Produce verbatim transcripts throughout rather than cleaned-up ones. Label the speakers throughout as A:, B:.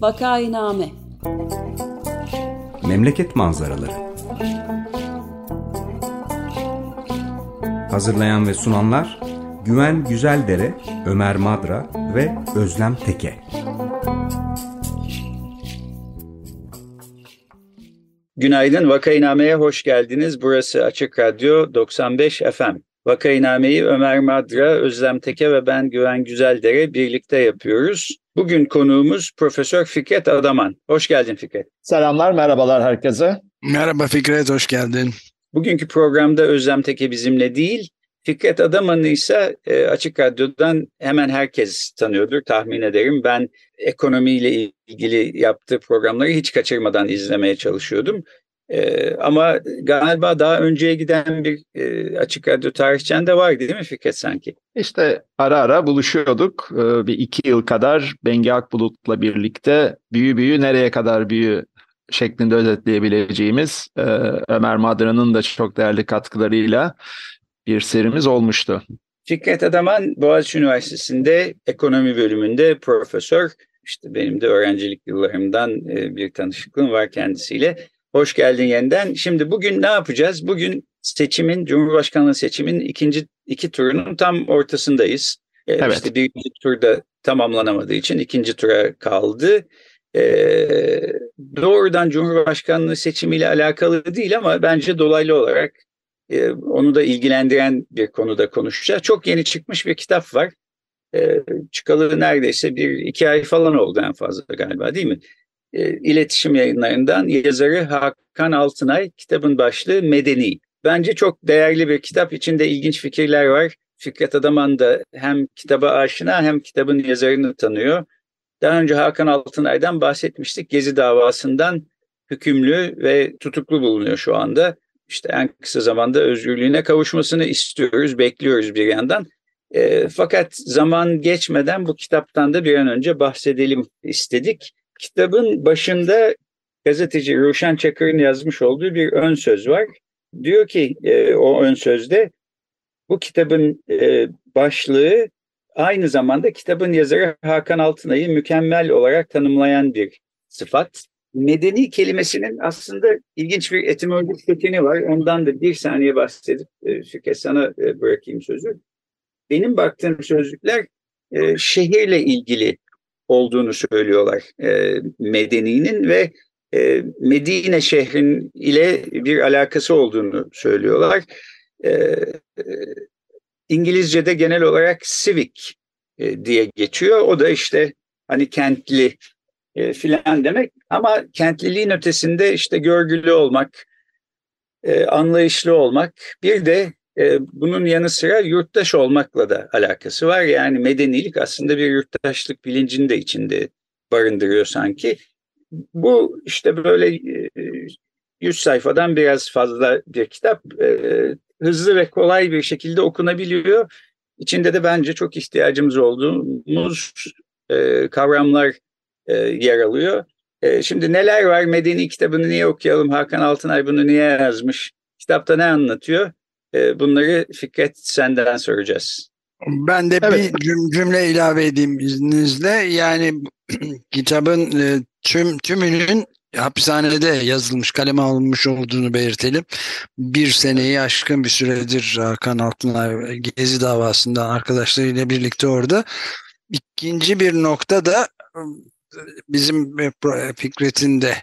A: Vakainame.
B: Memleket manzaraları. Hazırlayan ve sunanlar Güven Güzeldere, Ömer Madra ve Özlem Teke.
C: Günaydın, Vakainame'ye hoş geldiniz. Burası Açık Radyo doksan beş F M. Vakainame'yi Ömer Madra, Özlem Teke ve ben Güven Güzeldere birlikte yapıyoruz. Bugün konuğumuz Profesör Fikret Adaman. Hoş geldin Fikret.
D: Selamlar, merhabalar herkese.
E: Merhaba Fikret, hoş geldin.
C: Bugünkü programda Özlem Teke bizimle değil, Fikret Adaman'ı ise Açık Radyo'dan hemen herkes tanıyordur tahmin ederim. Ben ekonomiyle ilgili yaptığı programları hiç kaçırmadan izlemeye çalışıyordum. Ee, ama galiba daha önceye giden bir e, Açık Radyo tarihçen de vardı değil mi Fikret sanki?
D: İşte ara ara buluşuyorduk. Ee, bir iki yıl kadar Bengi Akbulut'la birlikte büyü büyü nereye kadar büyü şeklinde özetleyebileceğimiz e, Ömer Madra'nın da çok değerli katkılarıyla bir serimiz olmuştu.
C: Fikret Adaman Boğaziçi Üniversitesi'nde ekonomi bölümünde profesör. İşte benim de öğrencilik yıllarımdan e, bir tanışıklığım var kendisiyle. Hoş geldin yeniden. Şimdi bugün ne yapacağız? Bugün seçimin, Cumhurbaşkanlığı seçiminin ikinci iki turunun tam ortasındayız. Ee,
D: Evet.
C: İşte birinci turda tamamlanamadığı için ikinci tura kaldı. Ee, doğrudan Cumhurbaşkanlığı seçimiyle alakalı değil ama bence dolaylı olarak e, onu da ilgilendiren bir konuda konuşacağız. Çok yeni çıkmış bir kitap var. Ee, çıkalı neredeyse bir iki ay falan oldu en fazla galiba değil mi? İletişim Yayınlarından yazarı Hakan Altınay, kitabın başlığı Medeni. Bence çok değerli bir kitap, içinde ilginç fikirler var. Fikret Adaman da hem kitaba aşina hem kitabın yazarını tanıyor. Daha önce Hakan Altınay'dan bahsetmiştik. Gezi davasından hükümlü ve tutuklu bulunuyor şu anda. İşte en kısa zamanda özgürlüğüne kavuşmasını istiyoruz, bekliyoruz bir yandan. E, fakat zaman geçmeden bu kitaptan da bir an önce bahsedelim istedik. Kitabın başında gazeteci Ruşen Çakır'ın yazmış olduğu bir ön söz var. Diyor ki e, o ön sözde bu kitabın e, başlığı aynı zamanda kitabın yazarı Hakan Altınay'ı mükemmel olarak tanımlayan bir sıfat. Medeni kelimesinin aslında ilginç bir etimolojik kökeni var. Ondan da bir saniye bahsedip e, Fikret sana e, bırakayım sözü. Benim baktığım sözlükler e, şehirle ilgili olduğunu söylüyorlar e, Medeni'nin ve e, Medine şehrin ile bir alakası olduğunu söylüyorlar. E, e, İngilizce'de genel olarak civic e, diye geçiyor. O da işte hani kentli e, filan demek ama kentliliğin ötesinde işte görgülü olmak, e, anlayışlı olmak, bir de e, bunun yanı sıra yurttaş olmakla da alakası var. Yani medenilik aslında bir yurttaşlık bilincini de içinde barındırıyor sanki. Bu işte böyle e, yüz sayfadan biraz fazla bir kitap. E, hızlı ve kolay bir şekilde okunabiliyor. İçinde de bence çok ihtiyacımız olduğumuz e, kavramlar e, yer alıyor. E, şimdi neler var? Medeni kitabını niye okuyalım? Hakan Altınay bunu niye yazmış? Kitapta ne anlatıyor? Bunları Fikret senden soracağız.
E: Ben de evet. bir cümle ilave edeyim izninizle. Yani kitabın tüm tümünün hapishanede yazılmış, kaleme alınmış olduğunu belirtelim. Bir seneyi aşkın bir süredir Hakan Altınay Gezi davasından arkadaşlarıyla birlikte orada. İkinci bir nokta da bizim Fikret'in de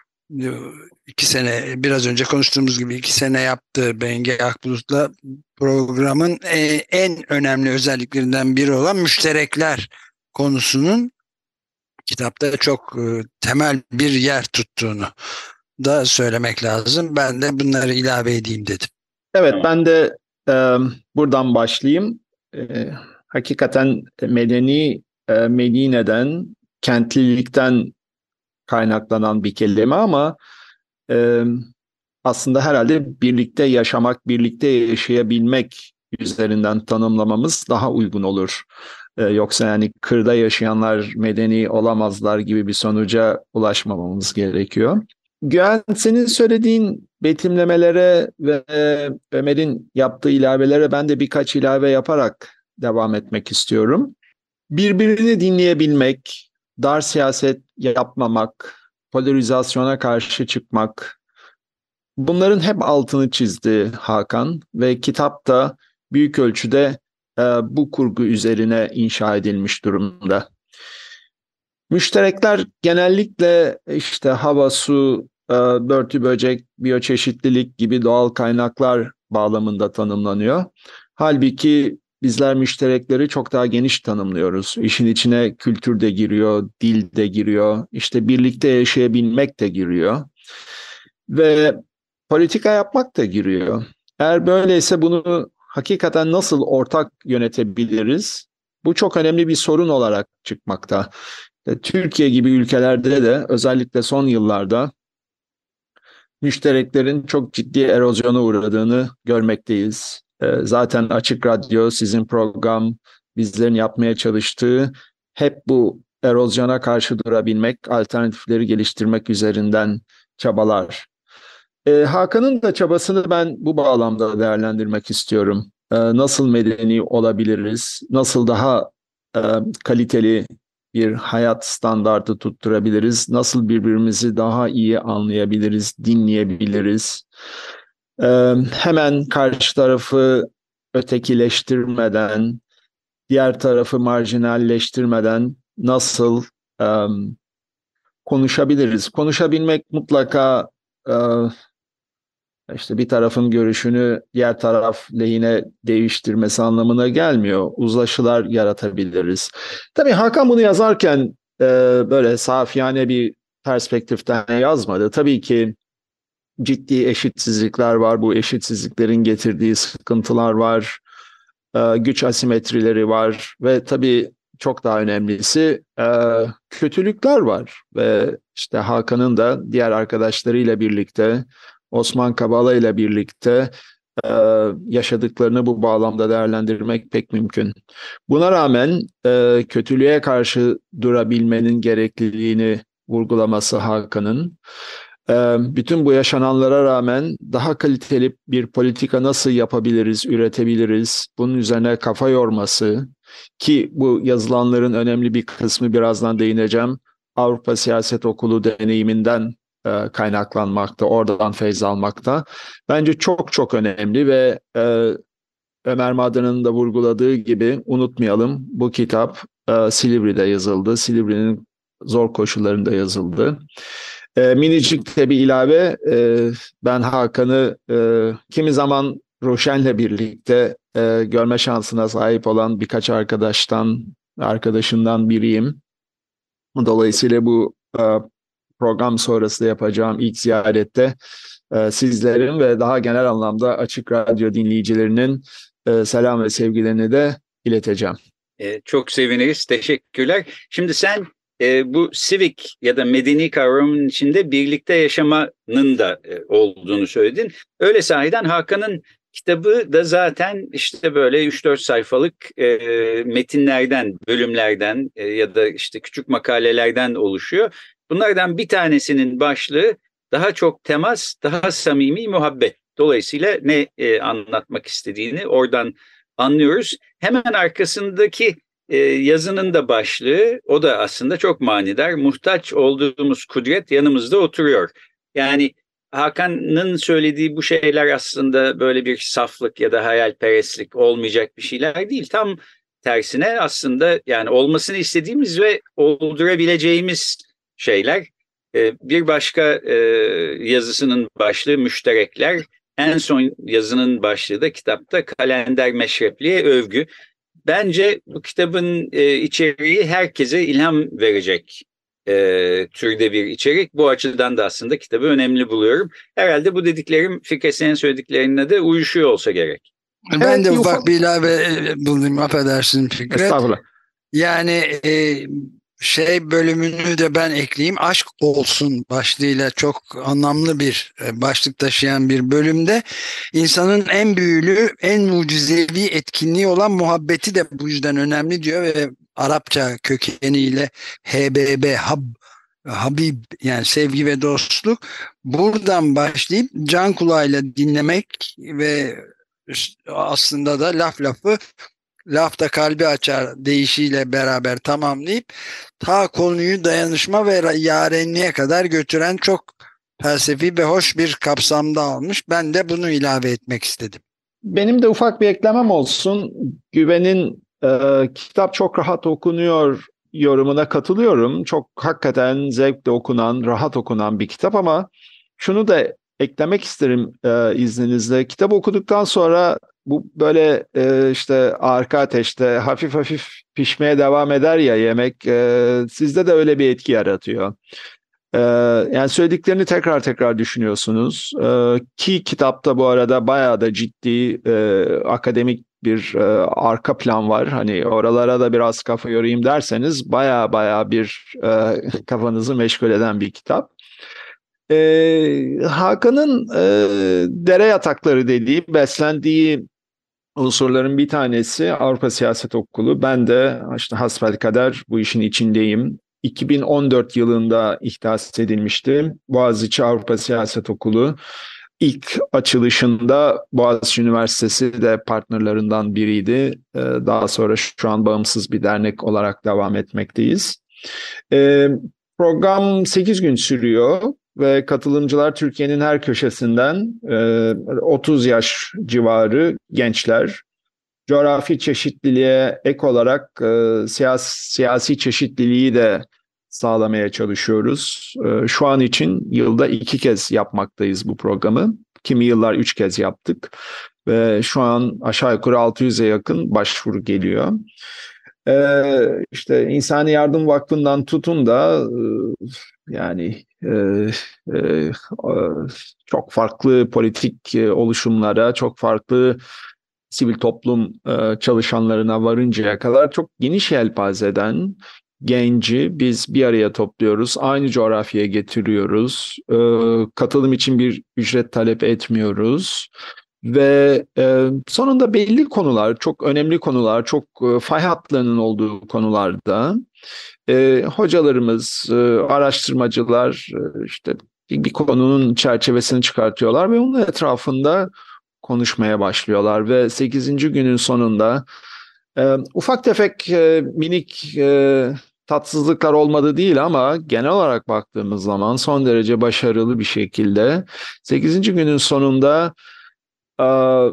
E: iki sene biraz önce konuştuğumuz gibi iki sene yaptığı Bengi Akbulut'la programın en önemli özelliklerinden biri olan müşterekler konusunun kitapta çok temel bir yer tuttuğunu da söylemek lazım. Ben de bunları ilave edeyim dedim.
D: Evet, ben de e, buradan başlayayım. E, hakikaten medeni e, Medine'den, kentlilikten kaynaklanan bir kelime ama e, aslında herhalde birlikte yaşamak, birlikte yaşayabilmek üzerinden tanımlamamız daha uygun olur. E, yoksa yani kırda yaşayanlar medeni olamazlar gibi bir sonuca ulaşmamamız gerekiyor. Güven, senin söylediğin betimlemelere ve Ömer'in yaptığı ilavelere ben de birkaç ilave yaparak devam etmek istiyorum. Birbirini dinleyebilmek, dar siyaset yapmamak, polarizasyona karşı çıkmak, bunların hep altını çizdi Hakan ve kitap da büyük ölçüde e, bu kurgu üzerine inşa edilmiş durumda. Müşterekler genellikle işte hava, su, e, börtü böcek, biyoçeşitlilik gibi doğal kaynaklar bağlamında tanımlanıyor. Halbuki bizler müşterekleri çok daha geniş tanımlıyoruz. İşin içine kültür de giriyor, dil de giriyor, işte birlikte yaşayabilmek de giriyor ve politika yapmak da giriyor. Eğer böyleyse bunu hakikaten nasıl ortak yönetebiliriz? Bu çok önemli bir sorun olarak çıkmakta. Türkiye gibi ülkelerde de özellikle son yıllarda müştereklerin çok ciddi erozyona uğradığını görmekteyiz. Zaten Açık Radyo, sizin program, bizlerin yapmaya çalıştığı hep bu erozyona karşı durabilmek, alternatifleri geliştirmek üzerinden çabalar. Hakan'ın da çabasını ben bu bağlamda değerlendirmek istiyorum. Nasıl medeni olabiliriz, nasıl daha kaliteli bir hayat standardı tutturabiliriz, nasıl birbirimizi daha iyi anlayabiliriz, dinleyebiliriz. Ee, hemen karşı tarafı ötekileştirmeden, diğer tarafı marjinalleştirmeden nasıl e, konuşabiliriz? Konuşabilmek mutlaka e, işte bir tarafın görüşünü diğer taraf lehine değiştirmesi anlamına gelmiyor. Uzlaşılar yaratabiliriz. Tabii Hakan bunu yazarken e, böyle safiyane bir perspektiften yazmadı. Tabii ki ciddi eşitsizlikler var. Bu eşitsizliklerin getirdiği sıkıntılar var. E, güç asimetrileri var ve tabii çok daha önemlisi e, kötülükler var. Ve işte Hakan'ın da diğer arkadaşlarıyla birlikte, Osman Kavala ile birlikte e, yaşadıklarını bu bağlamda değerlendirmek pek mümkün. Buna rağmen e, kötülüğe karşı durabilmenin gerekliliğini vurgulaması Hakan'ın, e, bütün bu yaşananlara rağmen daha kaliteli bir politika nasıl yapabiliriz, üretebiliriz, bunun üzerine kafa yorması, ki bu yazılanların önemli bir kısmı, birazdan değineceğim, Avrupa Siyaset Okulu deneyiminden kaynaklanmakta, oradan feyz almakta. Bence çok çok önemli ve e, Ömer Madra'nın da vurguladığı gibi unutmayalım, bu kitap e, Silivri'de yazıldı. Silivri'nin zor koşullarında yazıldı. E, minicik de bir ilave, e, ben Hakan'ı e, kimi zaman Roşen'le birlikte e, görme şansına sahip olan birkaç arkadaştan, arkadaşından biriyim. Dolayısıyla bu e, program sonrası yapacağım ilk ziyarette e, sizlerin ve daha genel anlamda Açık Radyo dinleyicilerinin e, selam ve sevgilerini de ileteceğim.
C: E, çok seviniriz. Teşekkürler. Şimdi sen e, bu civic ya da medeni kavramının içinde birlikte yaşamanın da e, olduğunu söyledin. Öyle sahiden Hakan'ın kitabı da zaten işte böyle üç dört sayfalık e, metinlerden, bölümlerden e, ya da işte küçük makalelerden oluşuyor. Bunlardan bir tanesinin başlığı daha çok temas, daha samimi muhabbet. Dolayısıyla ne e, anlatmak istediğini oradan anlıyoruz. Hemen arkasındaki e, yazının da başlığı, o da aslında çok manidar. Muhtaç olduğumuz kudret yanımızda oturuyor. Yani Hakan'ın söylediği bu şeyler aslında böyle bir saflık ya da hayalperestlik olmayacak bir şeyler değil. Tam tersine aslında yani olmasını istediğimiz ve oldurabileceğimiz şeyler. Bir başka yazısının başlığı müşterekler. En son yazının başlığı da kitapta Kalender Meşrepli'ye övgü. Bence bu kitabın içeriği herkese ilham verecek türde bir içerik. Bu açıdan da aslında kitabı önemli buluyorum. Herhalde bu dediklerim Fikret senin söylediklerine de uyuşuyor olsa gerek.
E: Ben evet, de ufak, ufak bir ilave bulayım, affedersin Fikret.
D: Estağfurullah.
E: Yani e, şey bölümünü de ben ekleyeyim. Aşk olsun başlığıyla çok anlamlı bir başlık taşıyan bir bölümde insanın en büyülü, en mucizevi etkinliği olan muhabbeti de bu yüzden önemli diyor ve Arapça kökeniyle H B B, Hab, Habib yani sevgi ve dostluk. Buradan başlayıp can kulağıyla dinlemek ve aslında da laf lafı laf da kalbi açar deyişiyle beraber tamamlayıp ta konuyu dayanışma ve yarenliğe kadar götüren çok felsefi ve hoş bir kapsamda almış. Ben de bunu ilave etmek istedim.
D: Benim de ufak bir eklemem olsun. Güven'in e, kitap çok rahat okunuyor yorumuna katılıyorum. Çok hakikaten zevkle okunan, rahat okunan bir kitap ama şunu da eklemek isterim e, izninizle. Kitap okuduktan sonra bu böyle e, işte arka ateşte hafif hafif pişmeye devam eder ya yemek, e, sizde de öyle bir etki yaratıyor. E, yani söylediklerini tekrar tekrar düşünüyorsunuz. E, ki kitapta bu arada bayağı da ciddi e, akademik bir e, arka plan var. Hani oralara da biraz kafa yorayım derseniz bayağı bayağı bir e, kafanızı meşgul eden bir kitap. E, Hakan'ın e, dere yatakları dediği, beslendiği unsurların bir tanesi Avrupa Siyaset Okulu. Ben de işte hasbelkader bu işin içindeyim. iki bin on dört yılında ihdas edilmişti Boğaziçi Avrupa Siyaset Okulu. İlk açılışında Boğaziçi Üniversitesi de partnerlerinden biriydi. Daha sonra şu an bağımsız bir dernek olarak devam etmekteyiz. Program sekiz gün sürüyor ve katılımcılar Türkiye'nin her köşesinden otuz yaş civarı gençler. Coğrafi çeşitliliğe ek olarak siyasi, siyasi çeşitliliği de sağlamaya çalışıyoruz. Şu an için yılda iki kez yapmaktayız bu programı. Kimi yıllar üç kez yaptık ve şu an aşağı yukarı altı yüze yakın başvuru geliyor. Ee, işte İnsani Yardım Vakfı'ndan tutun da yani e, e, çok farklı politik oluşumlara, çok farklı sivil toplum e, çalışanlarına varıncaya kadar çok geniş yelpazeden genci biz bir araya topluyoruz. Aynı coğrafyaya getiriyoruz. E, katılım için bir ücret talep etmiyoruz. Ve e, sonunda belli konular, çok önemli konular, çok e, fay hatlarının olduğu konularda e, hocalarımız, e, araştırmacılar e, işte bir konunun çerçevesini çıkartıyorlar ve onun etrafında konuşmaya başlıyorlar ve sekizinci günün sonunda e, ufak tefek e, minik e, tatsızlıklar olmadı değil ama genel olarak baktığımız zaman son derece başarılı bir şekilde sekizinci günün sonunda e,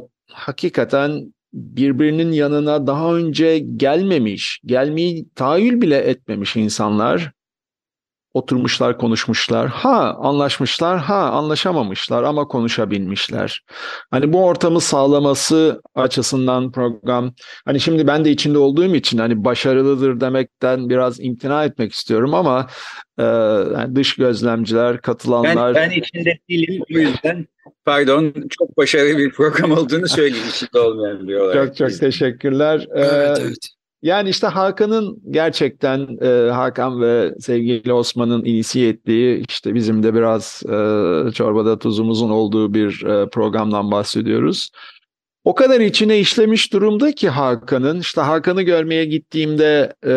D: hakikaten birbirinin yanına daha önce gelmemiş, gelmeyi tahayyül bile etmemiş insanlar oturmuşlar, konuşmuşlar. Ha anlaşmışlar, ha anlaşamamışlar ama konuşabilmişler. Hani bu ortamı sağlaması açısından program, hani şimdi ben de içinde olduğum için hani başarılıdır demekten biraz imtina etmek istiyorum ama e, yani dış gözlemciler, katılanlar...
C: Ben, ben içinde değilim o yüzden pardon çok başarılı bir program olduğunu söyleyeyim içinde olmayan bir olarak.
D: Çok çok teşekkürler.
E: Evet, evet.
D: Yani işte Hakan'ın gerçekten e, Hakan ve sevgili Osman'ın inisiye ettiği işte bizim de biraz e, çorbada tuzumuzun olduğu bir e, programdan bahsediyoruz. O kadar içine işlemiş durumda ki Hakan'ın işte Hakan'ı görmeye gittiğimde e,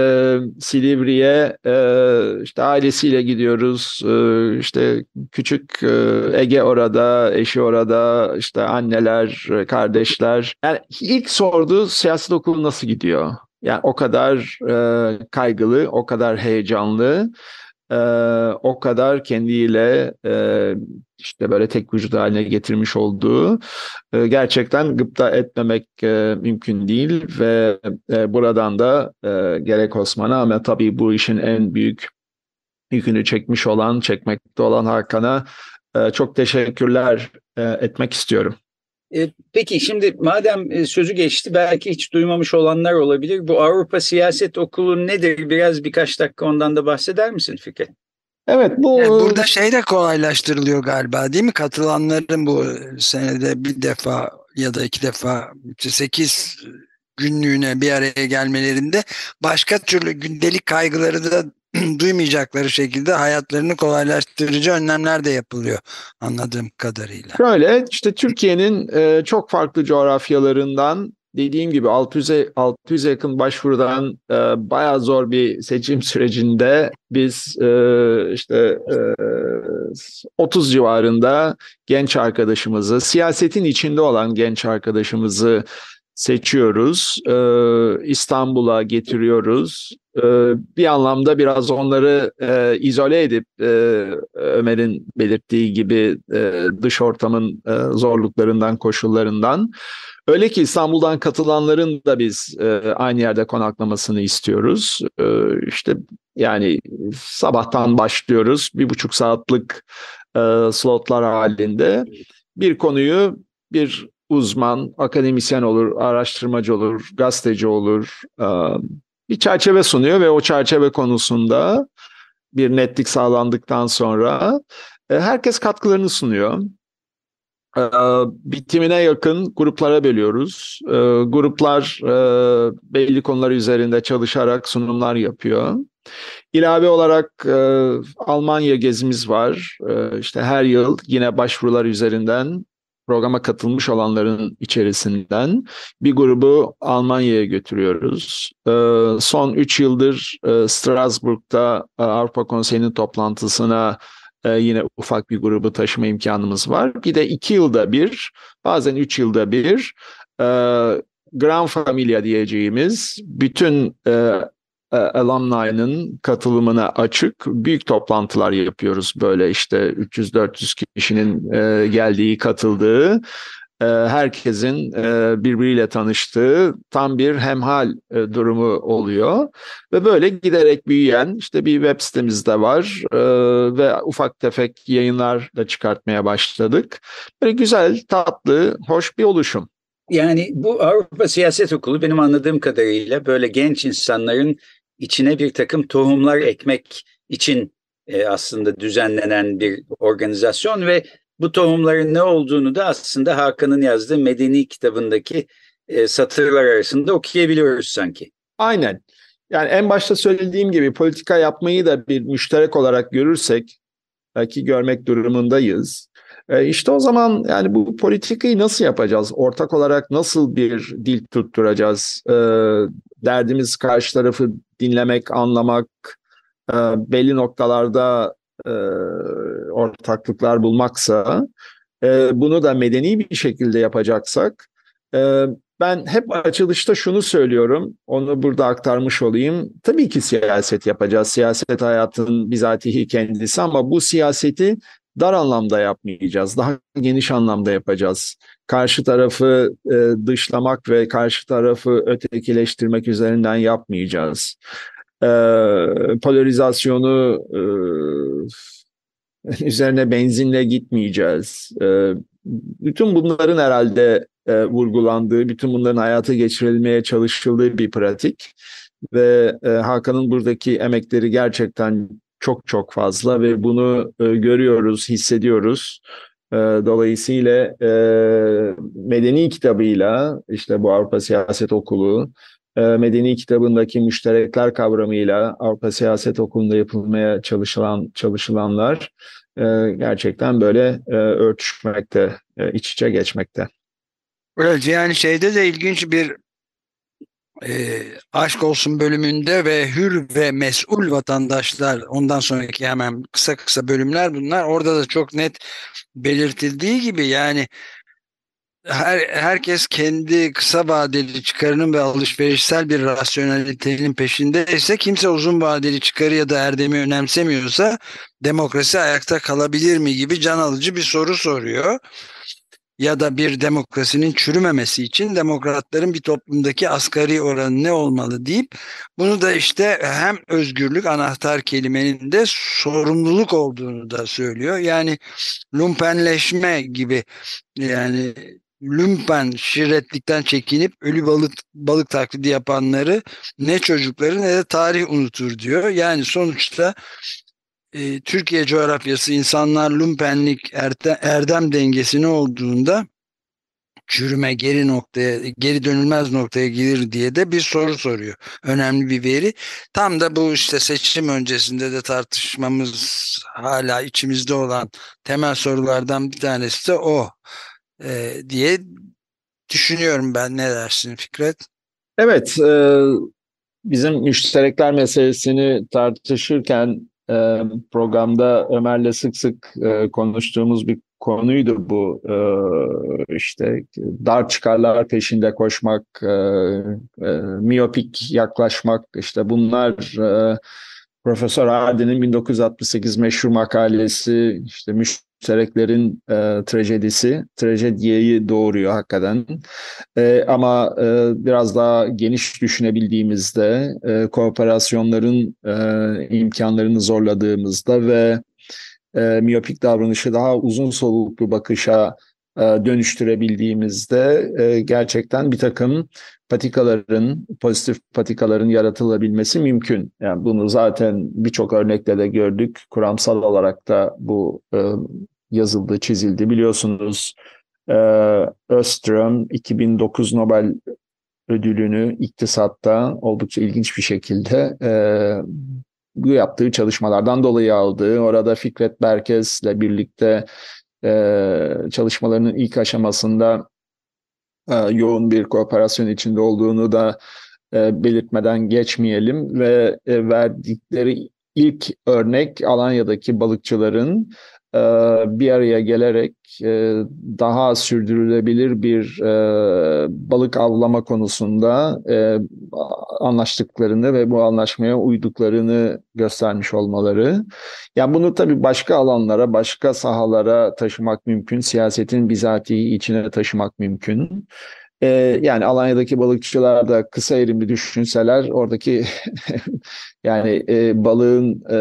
D: Silivri'ye e, işte ailesiyle gidiyoruz. E, işte küçük e, Ege orada, eşi orada, işte anneler, kardeşler. Yani ilk sorduğu siyaset okulu nasıl gidiyor? Yani o kadar e, kaygılı, o kadar heyecanlı, e, o kadar kendiyle e, işte böyle tek vücut haline getirmiş olduğu e, gerçekten gıpta etmemek e, mümkün değil ve e, buradan da e, gerek Osman'a ama tabii bu işin en büyük yükünü çekmiş olan, çekmekte olan Hakan'a e, çok teşekkürler e, etmek istiyorum.
C: Peki şimdi madem sözü geçti belki hiç duymamış olanlar olabilir. Bu Avrupa Siyaset Okulu nedir? Biraz birkaç dakika ondan da bahseder misin Fikret?
D: Evet bu...
E: Yani burada şey de kolaylaştırılıyor galiba değil mi? Katılanların bu senede bir defa ya da iki defa sekiz günlüğüne bir araya gelmelerinde başka türlü gündelik kaygıları da duymayacakları şekilde hayatlarını kolaylaştırıcı önlemler de yapılıyor anladığım kadarıyla.
D: Şöyle işte Türkiye'nin e, çok farklı coğrafyalarından dediğim gibi altı yüze altı yüze yakın başvurudan e, bayağı zor bir seçim sürecinde biz e, işte e, otuz civarında genç arkadaşımızı, siyasetin içinde olan genç arkadaşımızı seçiyoruz, e, İstanbul'a getiriyoruz. E, bir anlamda biraz onları e, izole edip e, Ömer'in belirttiği gibi e, dış ortamın e, zorluklarından, koşullarından. Öyle ki İstanbul'dan katılanların da biz e, aynı yerde konaklamasını istiyoruz. E, işte yani sabahtan başlıyoruz, bir buçuk saatlik e, slotlar halinde bir konuyu bir uzman, akademisyen olur, araştırmacı olur, gazeteci olur, e, bir çerçeve sunuyor ve o çerçeve konusunda bir netlik sağlandıktan sonra e, herkes katkılarını sunuyor. E, bitimine yakın gruplara bölüyoruz. E, gruplar e, belli konular üzerinde çalışarak sunumlar yapıyor. İlave olarak e, Almanya gezimiz var. E, işte her yıl yine başvurular üzerinden programa katılmış olanların içerisinden bir grubu Almanya'ya götürüyoruz. E, son üç yıldır e, Strasbourg'da e, Avrupa Konseyi'nin toplantısına e, yine ufak bir grubu taşıma imkanımız var. Bir de iki yılda bir, bazen üç yılda bir e, Gran Familia diyeceğimiz bütün e, alumni'nin katılımına açık büyük toplantılar yapıyoruz. Böyle işte üç yüz dört yüz kişinin e, geldiği, katıldığı, e, herkesin e, birbiriyle tanıştığı tam bir hemhal e, durumu oluyor. Ve böyle giderek büyüyen işte bir web sitemiz de var e, ve ufak tefek yayınlar da çıkartmaya başladık. Böyle güzel, tatlı, hoş bir oluşum.
C: Yani bu Avrupa Siyaset Okulu benim anladığım kadarıyla böyle genç insanların içine bir takım tohumlar ekmek için e, aslında düzenlenen bir organizasyon ve bu tohumların ne olduğunu da aslında Hakan'ın yazdığı Medeni kitabındaki e, satırlar arasında okuyabiliyoruz sanki.
D: Aynen. Yani en başta söylediğim gibi politika yapmayı da bir müşterek olarak görürsek, belki görmek durumundayız. E işte o zaman yani bu politikayı nasıl yapacağız? Ortak olarak nasıl bir dil tutturacağız? E, derdimiz karşı tarafı dinlemek, anlamak, e, belli noktalarda e, ortaklıklar bulmaksa, e, bunu da medeni bir şekilde yapacaksak, e, ben hep açılışta şunu söylüyorum, onu burada aktarmış olayım. Tabii ki siyaset yapacağız, siyaset hayatının bizatihi kendisi ama bu siyaseti dar anlamda yapmayacağız, daha geniş anlamda yapacağız. Karşı tarafı e, dışlamak ve karşı tarafı ötekileştirmek üzerinden yapmayacağız. E, polarizasyonu e, üzerine benzinle gitmeyeceğiz. E, bütün bunların herhalde e, vurgulandığı, bütün bunların hayata geçirilmeye çalışıldığı bir pratik ve e, Hakan'ın buradaki emekleri gerçekten çok çok fazla ve bunu e, görüyoruz, hissediyoruz. E, dolayısıyla e, Medeni kitabıyla, işte bu Avrupa Siyaset Okulu, e, Medeni kitabındaki müşterekler kavramıyla Avrupa Siyaset Okulu'nda yapılmaya çalışılan çalışılanlar e, gerçekten böyle e, örtüşmekte, e, iç içe geçmekte.
E: Evet, yani şeyde de ilginç bir e, aşk olsun bölümünde ve hür ve mesul vatandaşlar, ondan sonraki hemen kısa kısa bölümler bunlar. Orada da çok net belirtildiği gibi yani her, herkes kendi kısa vadeli çıkarının ve alışverişsel bir rasyonelitenin peşindeyse, kimse uzun vadeli çıkarı ya da erdemi önemsemiyorsa demokrasi ayakta kalabilir mi gibi can alıcı bir soru soruyor. Ya da bir demokrasinin çürümemesi için demokratların bir toplumdaki asgari oranı ne olmalı deyip bunu da işte hem özgürlük, anahtar kelimenin de sorumluluk olduğunu da söylüyor. Yani lumpenleşme gibi, yani lumpen şirretlikten çekinip ölü balık balık taklidi yapanları ne çocukları ne de tarih unutur diyor. Yani sonuçta e, Türkiye coğrafyası insanlar lumpenlik erde, erdem dengesi olduğunda çürüme geri noktaya, geri dönülmez noktaya gelir diye de bir soru soruyor. Önemli bir veri. Tam da bu işte seçim öncesinde de tartışmamız hala içimizde olan temel sorulardan bir tanesi de o e, diye düşünüyorum ben. Ne dersin Fikret?
D: Evet, e, bizim müşterekler meselesini tartışırken e, programda Ömer'le sık sık e, konuştuğumuz bir konuydu bu. Ee, işte dar çıkarlar peşinde koşmak, e, e, miyopik yaklaşmak, işte bunlar e, Profesör Hardy'nin bin dokuz yüz altmış sekiz meşhur makalesi, işte müştereklerin e, trajedisi, trajediyeyi doğuruyor hakikaten. E, ama e, biraz daha geniş düşünebildiğimizde, e, kooperasyonların e, imkanlarını zorladığımızda ve e, miyopik davranışı daha uzun soluklu bakışa e, dönüştürebildiğimizde e, gerçekten bir takım patikaların, pozitif patikaların yaratılabilmesi mümkün. Yani bunu zaten birçok örnekte de gördük. Kuramsal olarak da bu e, yazıldı, çizildi. Biliyorsunuz e, Öström iki bin dokuz Nobel ödülünü iktisatta oldukça ilginç bir şekilde e, bu yaptığı çalışmalardan dolayı aldı. Orada Fikret Berkes'le birlikte e, çalışmalarının ilk aşamasında e, yoğun bir kooperasyon içinde olduğunu da e, belirtmeden geçmeyelim ve e, verdikleri ilk örnek Alanya'daki balıkçıların e, bir araya gelerek e, daha sürdürülebilir bir e, balık avlama konusunda e, anlaştıklarını ve bu anlaşmaya uyduklarını göstermiş olmaları. Yani bunu tabii başka alanlara, başka sahalara taşımak mümkün. Siyasetin bizatihi içine taşımak mümkün. Ee, yani Alanya'daki balıkçılar da kısa erimli düşünseler oradaki yani e, balığın e,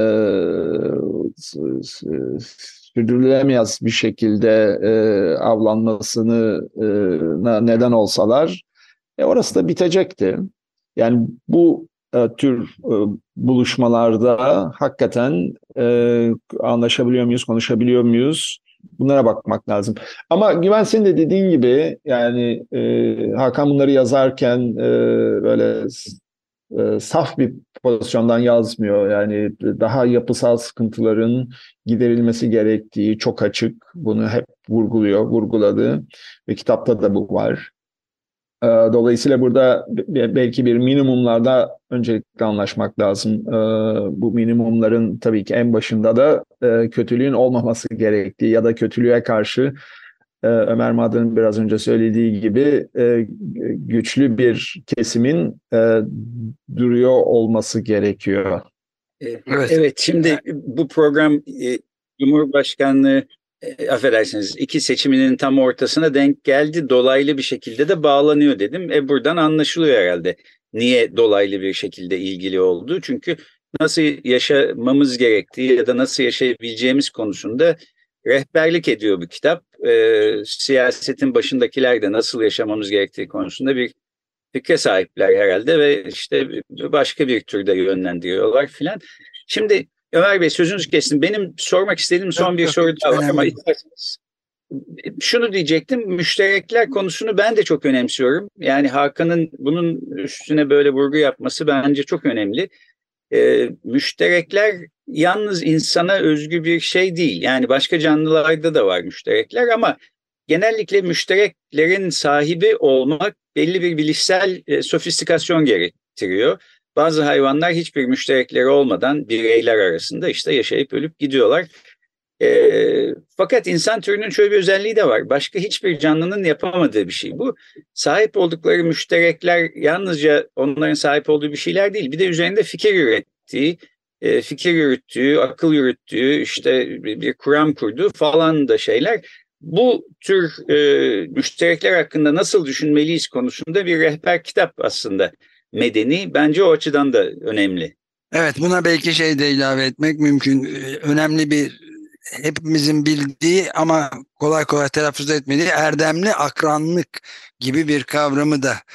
D: sürdürülemez bir şekilde e, avlanmasını e, neden olsalar e, orası da bitecekti. Yani bu e, tür e, buluşmalarda hakikaten e, anlaşabiliyor muyuz, konuşabiliyor muyuz? Bunlara bakmak lazım. Ama Güven senin de dediğin gibi yani e, Hakan bunları yazarken e, böyle e, saf bir pozisyondan yazmıyor. Yani daha yapısal sıkıntıların giderilmesi gerektiği çok açık. Bunu hep vurguluyor, vurguladı ve kitapta da bu var. Dolayısıyla burada belki bir minimumlarda öncelikle anlaşmak lazım. Bu minimumların tabii ki en başında da kötülüğün olmaması gerektiği ya da kötülüğe karşı Ömer Madra'nın biraz önce söylediği gibi güçlü bir kesimin duruyor olması gerekiyor.
C: Evet, evet şimdi bu program Cumhurbaşkanlığı E, affedersiniz iki seçiminin tam ortasına denk geldi. Dolaylı bir şekilde de bağlanıyor dedim. E buradan anlaşılıyor herhalde niye dolaylı bir şekilde ilgili olduğu. Çünkü nasıl yaşamamız gerektiği ya da nasıl yaşayabileceğimiz konusunda rehberlik ediyor bu kitap. E, siyasetin başındakiler de nasıl yaşamamız gerektiği konusunda bir fikre sahipler herhalde ve işte başka bir türde yönlendiriyorlar filan. Şimdi Ömer Bey sözünüzü kestim. Benim sormak istediğim son bir soru daha var ama isterseniz şunu diyecektim. Müşterekler konusunu ben de çok önemsiyorum. Yani Hakan'ın bunun üstüne böyle vurgu yapması bence çok önemli. Ee, müşterekler yalnız insana özgü bir şey değil. Yani başka canlılarda da var müşterekler ama genellikle müştereklerin sahibi olmak belli bir bilişsel e, sofistikasyon gerektiriyor. Bazı hayvanlar hiçbir müşterekleri olmadan bireyler arasında işte yaşayıp ölüp gidiyorlar. E, fakat insan türünün şöyle bir özelliği de var. Başka hiçbir canlının yapamadığı bir şey bu. Sahip oldukları müşterekler yalnızca onların sahip olduğu bir şeyler değil. Bir de üzerinde fikir ürettiği, e, fikir yürüttüğü, akıl yürüttüğü, işte bir, bir kuram kurduğu falan da şeyler. Bu tür e, müşterekler hakkında nasıl düşünmeliyiz konusunda bir rehber kitap aslında. Medeni bence o açıdan da önemli.
E: Evet buna belki şey de ilave etmek mümkün. Önemli bir hepimizin bildiği ama kolay kolay telaffuz etmediği erdemli akranlık gibi bir kavramı da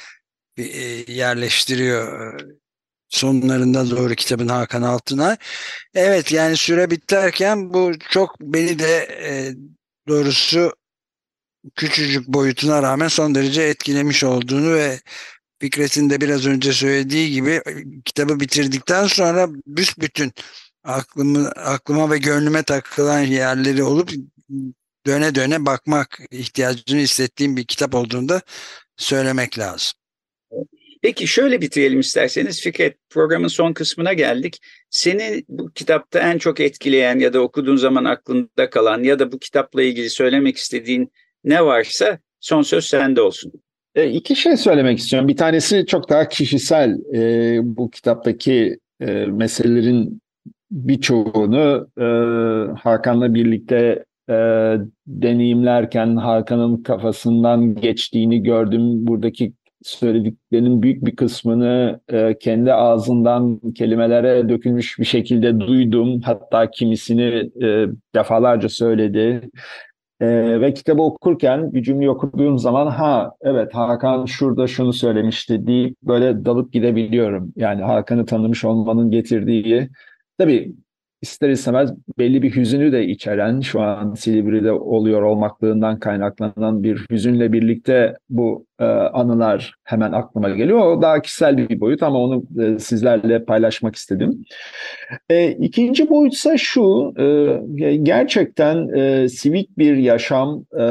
E: yerleştiriyor sonlarında doğru kitabın Hakan Altınay. Evet yani süre biterken bu çok beni de e, doğrusu küçücük boyutuna rağmen son derece etkilemiş olduğunu ve Fikret'in de biraz önce söylediği gibi kitabı bitirdikten sonra büsbütün aklımı, aklıma ve gönlüme takılan yerleri olup döne döne bakmak ihtiyacını hissettiğim bir kitap olduğunu da söylemek lazım.
C: Peki şöyle bitirelim isterseniz Fikret, programın son kısmına geldik. Seni bu kitapta en çok etkileyen ya da okuduğun zaman aklında kalan ya da bu kitapla ilgili söylemek istediğin ne varsa son söz sende olsun.
D: E, iki şey söylemek istiyorum. Bir tanesi çok daha kişisel. E, bu kitaptaki e, meselelerin birçoğunu e, Hakan'la birlikte e, deneyimlerken Hakan'ın kafasından geçtiğini gördüm. Buradaki söylediklerinin büyük bir kısmını e, kendi ağzından kelimelere dökülmüş bir şekilde duydum. Hatta kimisini e, defalarca söyledi. Ee, ve kitabı okurken bir cümle okuduğum zaman ha evet Hakan şurada şunu söylemişti deyip böyle dalıp gidebiliyorum. Yani Hakan'ı tanımış olmanın getirdiği tabii ister istemez belli bir hüzünü de içeren şu an Silivri'de oluyor olmaklığından kaynaklanan bir hüzünle birlikte bu e, anılar hemen aklıma geliyor. O daha kişisel bir boyut ama onu e, sizlerle paylaşmak istedim. E, ikinci boyutsa şu, e, gerçekten e, sivik bir yaşam e,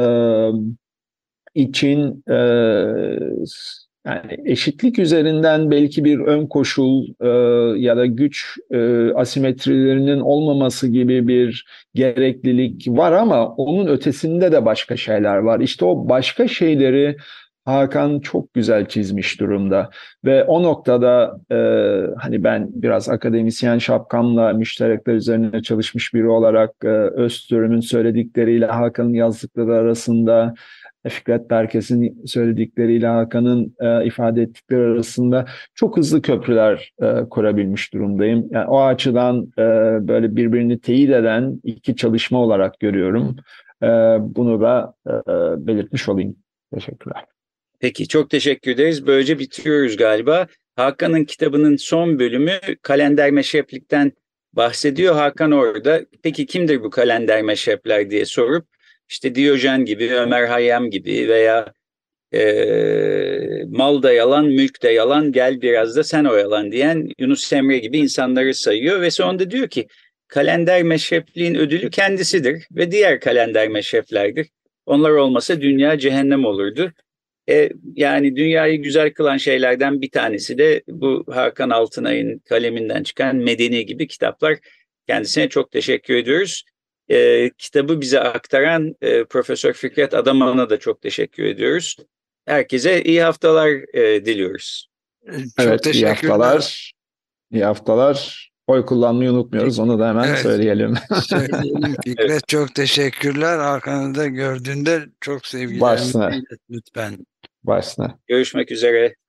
D: için e, yani eşitlik üzerinden belki bir ön koşul e, ya da güç e, asimetrilerinin olmaması gibi bir gereklilik var ama onun ötesinde de başka şeyler var. İşte o başka şeyleri Hakan çok güzel çizmiş durumda ve o noktada e, hani ben biraz akademisyen şapkamla müşterekler üzerine çalışmış biri olarak e, Öztürk'ün söyledikleriyle Hakan'ın yazdıkları arasında, Fikret Berkes'in söyledikleriyle Hakan'ın e, ifade ettikleri arasında çok hızlı köprüler e, kurabilmiş durumdayım. Yani o açıdan e, böyle birbirini teyit eden iki çalışma olarak görüyorum. E, bunu da e, belirtmiş olayım. Teşekkürler.
C: Peki, çok teşekkür ederiz. Böylece bitiriyoruz galiba. Hakan'ın kitabının son bölümü kalender meşreplikten bahsediyor. Hakan orada peki kimdir bu kalender meşrepler diye sorup işte Diyojen gibi, Ömer Hayyam gibi veya e, mal da yalan, mülk de yalan, gel biraz da sen oyalan diyen Yunus Emre gibi insanları sayıyor ve sonunda diyor ki kalender meşrepliğin ödülü kendisidir ve diğer kalender meşreplerdir. Onlar olmasa dünya cehennem olurdu. E, yani dünyayı güzel kılan şeylerden bir tanesi de bu Hakan Altınay'ın kaleminden çıkan Medeni gibi kitaplar. Kendisine çok teşekkür ediyoruz. E, kitabı bize aktaran e, Profesör Fikret Adaman'a da çok teşekkür ediyoruz. Herkese iyi haftalar e, diliyoruz.
E: Çok
D: evet,
E: teşekkürler.
D: iyi haftalar. İyi haftalar. Oy kullanmayı unutmuyoruz. Onu da hemen
E: evet,
D: söyleyelim.
E: Söyleyelim Fikret. Evet. Çok teşekkürler. Hakan'ı da gördüğünde çok sevgilerimi ilet lütfen.
D: Başına.
C: Görüşmek üzere.